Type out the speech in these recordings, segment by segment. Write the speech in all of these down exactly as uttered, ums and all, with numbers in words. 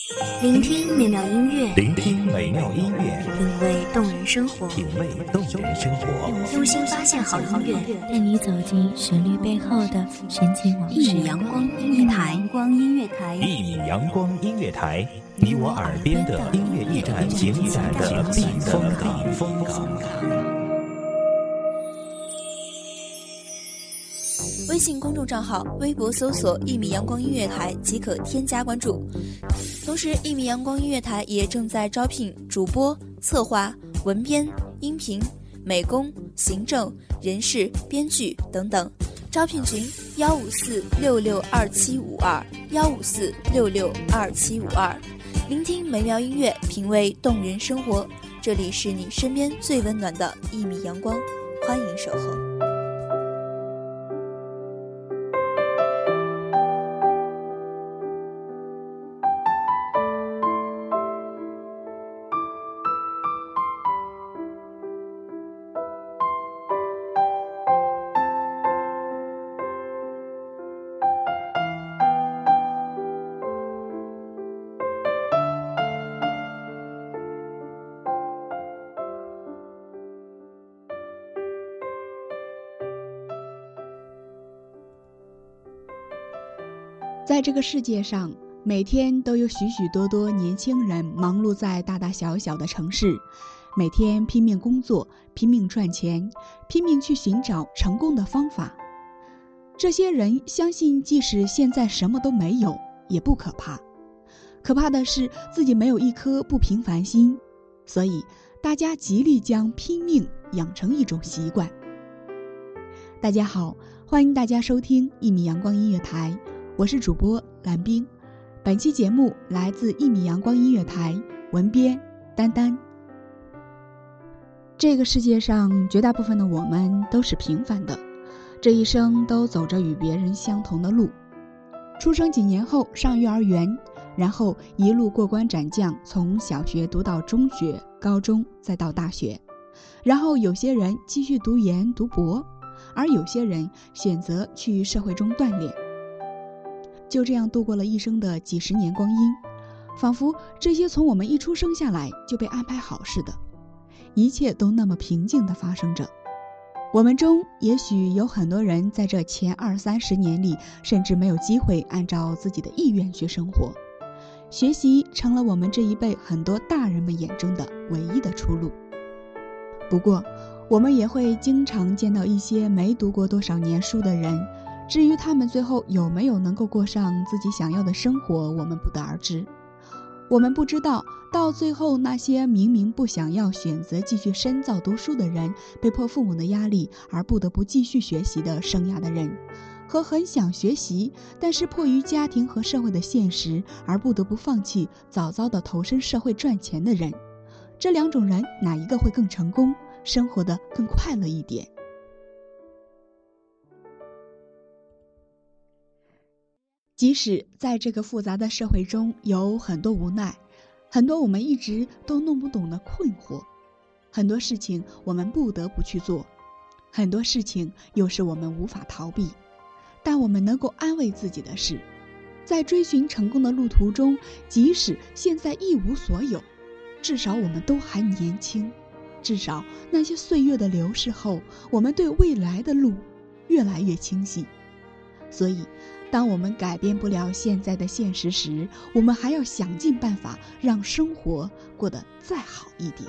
聆听美妙音乐， 聆听美妙音乐， 品味动人生活， 品味动人生活， 用心发现好音乐， 带你走进旋律背后的深情往事。 一米阳光音乐台，阳光音乐台， 一米阳光音乐台，你我耳边的音乐驿站，情感的避风港，避风港。 微信公众账号、微博搜索“一米阳光音乐台”即可添加关注。同时，一米阳光音乐台也正在招聘主播、策划、文编、音频、美工、行政、人事、编剧等等。招聘群：幺五四六六二七五二幺五四六六二七五二。聆听美妙音乐，品味动人生活。这里是你身边最温暖的一米阳光，欢迎守候。 在这个世界上，每天都有许许多多年轻人忙碌在大大小小的城市，每天拼命工作，拼命赚钱，拼命去寻找成功的方法。这些人相信，即使现在什么都没有，也不可怕。可怕的是自己没有一颗不平凡心，所以大家极力将拼命养成一种习惯。大家好，欢迎大家收听一米阳光音乐台，我是主播蓝冰。本期节目来自一米阳光音乐台，文编丹丹。这个世界上绝大部分的我们都是平凡的，这一生都走着与别人相同的路。出生几年后上幼儿园，然后一路过关斩将，从小学读到中学、高中，再到大学。然后有些人继续读研读博，而有些人选择去社会中锻炼。就这样度过了一生的几十年光阴，仿佛这些从我们一出生下来就被安排好似的，一切都那么平静地发生着。我们中也许有很多人在这前二三十年里，甚至没有机会按照自己的意愿去生活，学习成了我们这一辈很多大人们眼中的唯一的出路。不过我们也会经常见到一些没读过多少年书的人，至于他们最后有没有能够过上自己想要的生活，我们不得而知。我们不知道到最后那些明明不想要选择继续深造读书的人，被迫父母的压力而不得不继续学习的生涯的人，和很想学习但是迫于家庭和社会的现实而不得不放弃早早的投身社会赚钱的人，这两种人哪一个会更成功，生活得更快乐一点？即使在这个复杂的社会中有很多无奈，很多我们一直都弄不懂的困惑，很多事情我们不得不去做，很多事情又是我们无法逃避，但我们能够安慰自己的是，在追寻成功的路途中，即使现在一无所有，至少我们都还年轻，至少那些岁月的流逝后，我们对未来的路越来越清晰。所以当我们改变不了现在的现实时，我们还要想尽办法让生活过得再好一点。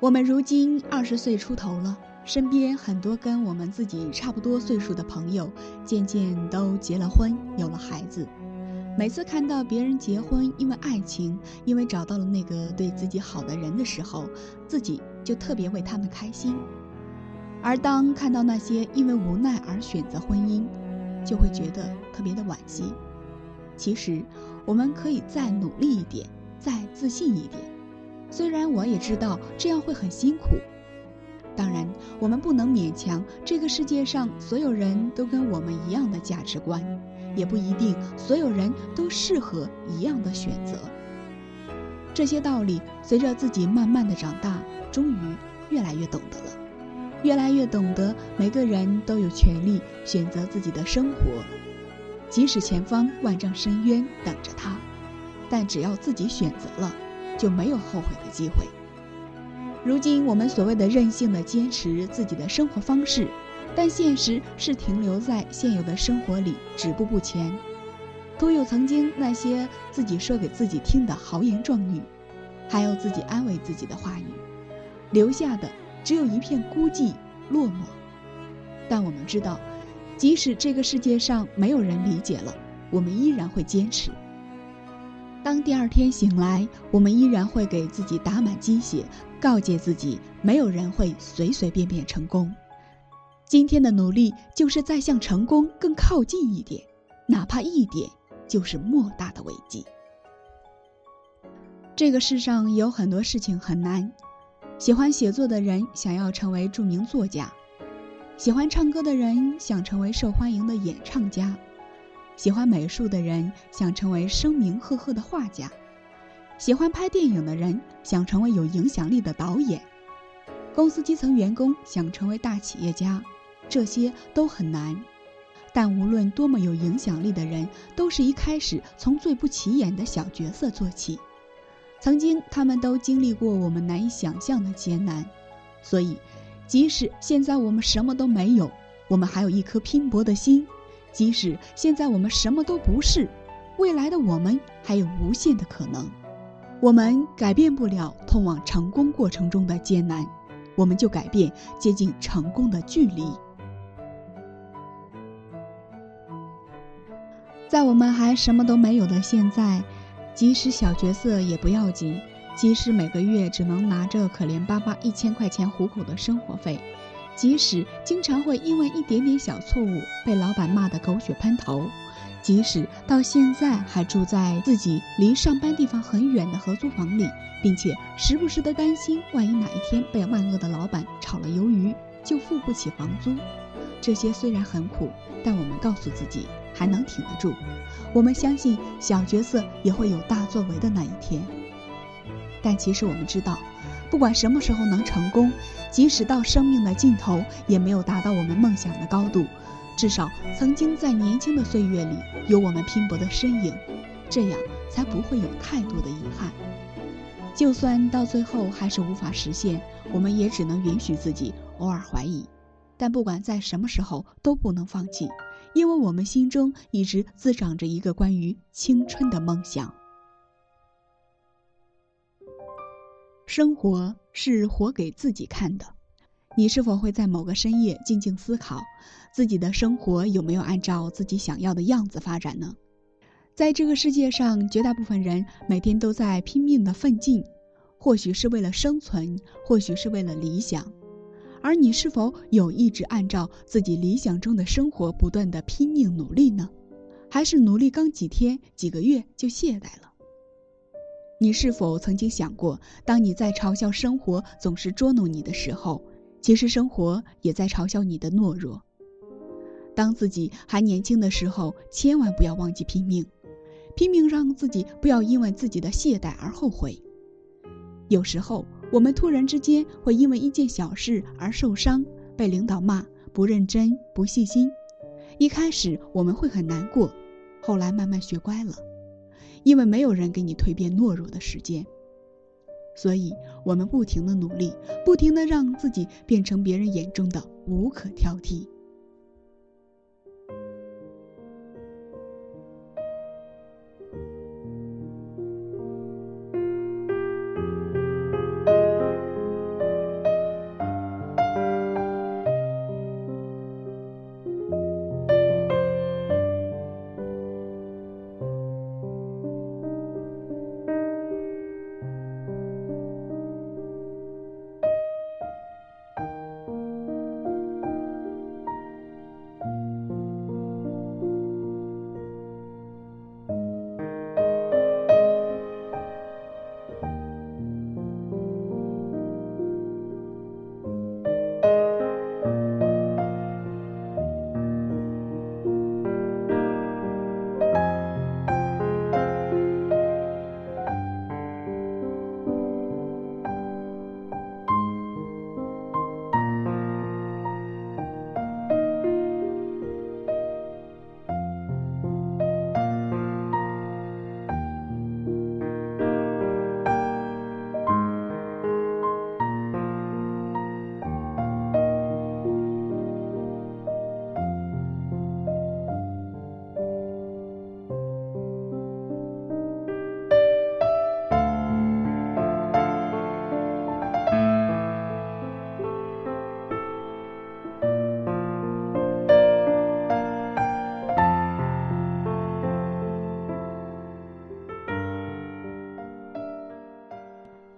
我们如今二十岁出头了，身边很多跟我们自己差不多岁数的朋友，渐渐都结了婚，有了孩子。每次看到别人结婚，因为爱情，因为找到了那个对自己好的人的时候，自己就特别为他们开心。而当看到那些因为无奈而选择婚姻，就会觉得特别的惋惜。其实我们可以再努力一点，再自信一点。虽然我也知道这样会很辛苦，当然我们不能勉强这个世界上所有人都跟我们一样的价值观，也不一定所有人都适合一样的选择。这些道理随着自己慢慢的长大，终于越来越懂得了，越来越懂得每个人都有权利选择自己的生活，即使前方万丈深渊等着他，但只要自己选择了，就没有后悔的机会。如今我们所谓的任性的坚持自己的生活方式，但现实是停留在现有的生活里，止步不前。徒有曾经那些自己说给自己听的豪言壮语，还有自己安慰自己的话语，留下的只有一片孤寂落寞。但我们知道，即使这个世界上没有人理解了，我们依然会坚持。当第二天醒来，我们依然会给自己打满鸡血，告诫自己没有人会随随便便成功。今天的努力就是在向成功更靠近一点，哪怕一点，就是莫大的慰藉。这个世上有很多事情很难，喜欢写作的人想要成为著名作家，喜欢唱歌的人想成为受欢迎的演唱家，喜欢美术的人想成为声名赫赫的画家，喜欢拍电影的人想成为有影响力的导演，公司基层员工想成为大企业家，这些都很难。但无论多么有影响力的人，都是一开始从最不起眼的小角色做起，曾经他们都经历过我们难以想象的艰难。所以即使现在我们什么都没有，我们还有一颗拼搏的心；即使现在我们什么都不是，未来的我们还有无限的可能。我们改变不了通往成功过程中的艰难，我们就改变接近成功的距离。在我们还什么都没有的现在，即使小角色也不要紧，即使每个月只能拿着可怜巴巴一千块钱糊口的生活费，即使经常会因为一点点小错误被老板骂得狗血喷头，即使到现在还住在自己离上班地方很远的合租房里，并且时不时的担心万一哪一天被万恶的老板炒了鱿鱼就付不起房租。这些虽然很苦，但我们告诉自己还能挺得住，我们相信小角色也会有大作为的那一天。但其实我们知道，不管什么时候能成功，即使到生命的尽头也没有达到我们梦想的高度，至少曾经在年轻的岁月里有我们拼搏的身影，这样才不会有太多的遗憾。就算到最后还是无法实现，我们也只能允许自己偶尔怀疑，但不管在什么时候都不能放弃，因为我们心中一直滋长着一个关于青春的梦想。生活是活给自己看的，你是否会在某个深夜静静思考，自己的生活有没有按照自己想要的样子发展呢？在这个世界上，绝大部分人每天都在拼命的奋进，或许是为了生存，或许是为了理想。而你是否有一直按照自己理想中的生活不断的拼命努力呢？还是努力刚几天几个月就懈怠了？你是否曾经想过，当你在嘲笑生活总是捉弄你的时候，其实生活也在嘲笑你的懦弱？当自己还年轻的时候，千万不要忘记拼命，拼命让自己不要因为自己的懈怠而后悔。有时候我们突然之间会因为一件小事而受伤，被领导骂不认真不细心，一开始我们会很难过，后来慢慢学乖了，因为没有人给你蜕变懦弱的时间。所以我们不停地努力，不停地让自己变成别人眼中的无可挑剔。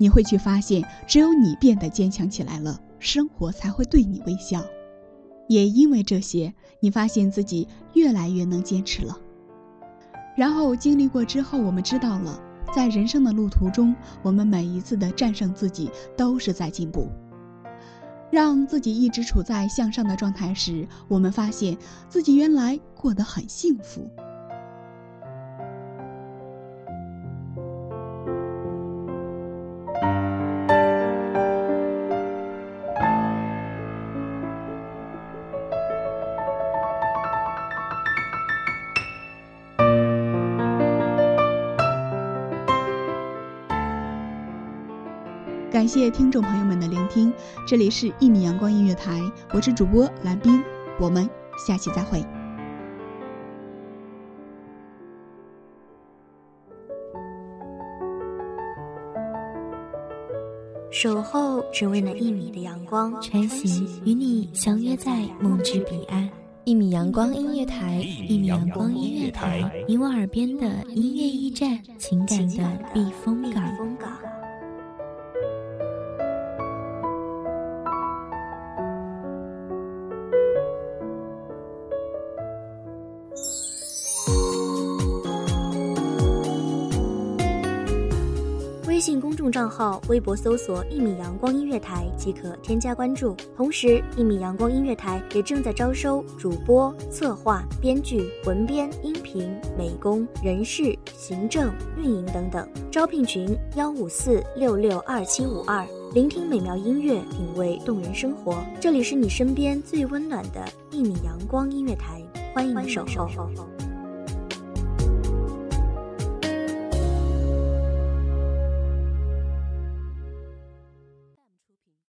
你会去发现，只有你变得坚强起来了，生活才会对你微笑。也因为这些，你发现自己越来越能坚持了。然后经历过之后，我们知道了，在人生的路途中，我们每一次的战胜自己都是在进步。让自己一直处在向上的状态时，我们发现自己原来过得很幸福。感谢听众朋友们的聆听，这里是一米阳光音乐台，我是主播蓝冰，我们下期再会。 守候只为那一米的阳光， 穿行与你相约在梦之彼岸。 一米阳光音乐台， 一米阳光音乐台，你我耳边的音乐驿站，情感的避风港。 微信公众账号、微博搜索“一米阳光音乐台”即可添加关注。同时，一米阳光音乐台也正在招收主播、策划、编剧、文编、音频、美工、人事、行政、运营等等。招聘群：幺五四六六二七五二。聆听美妙音乐，品味动人生活。这里是你身边最温暖的一米阳光音乐台，欢迎你守候。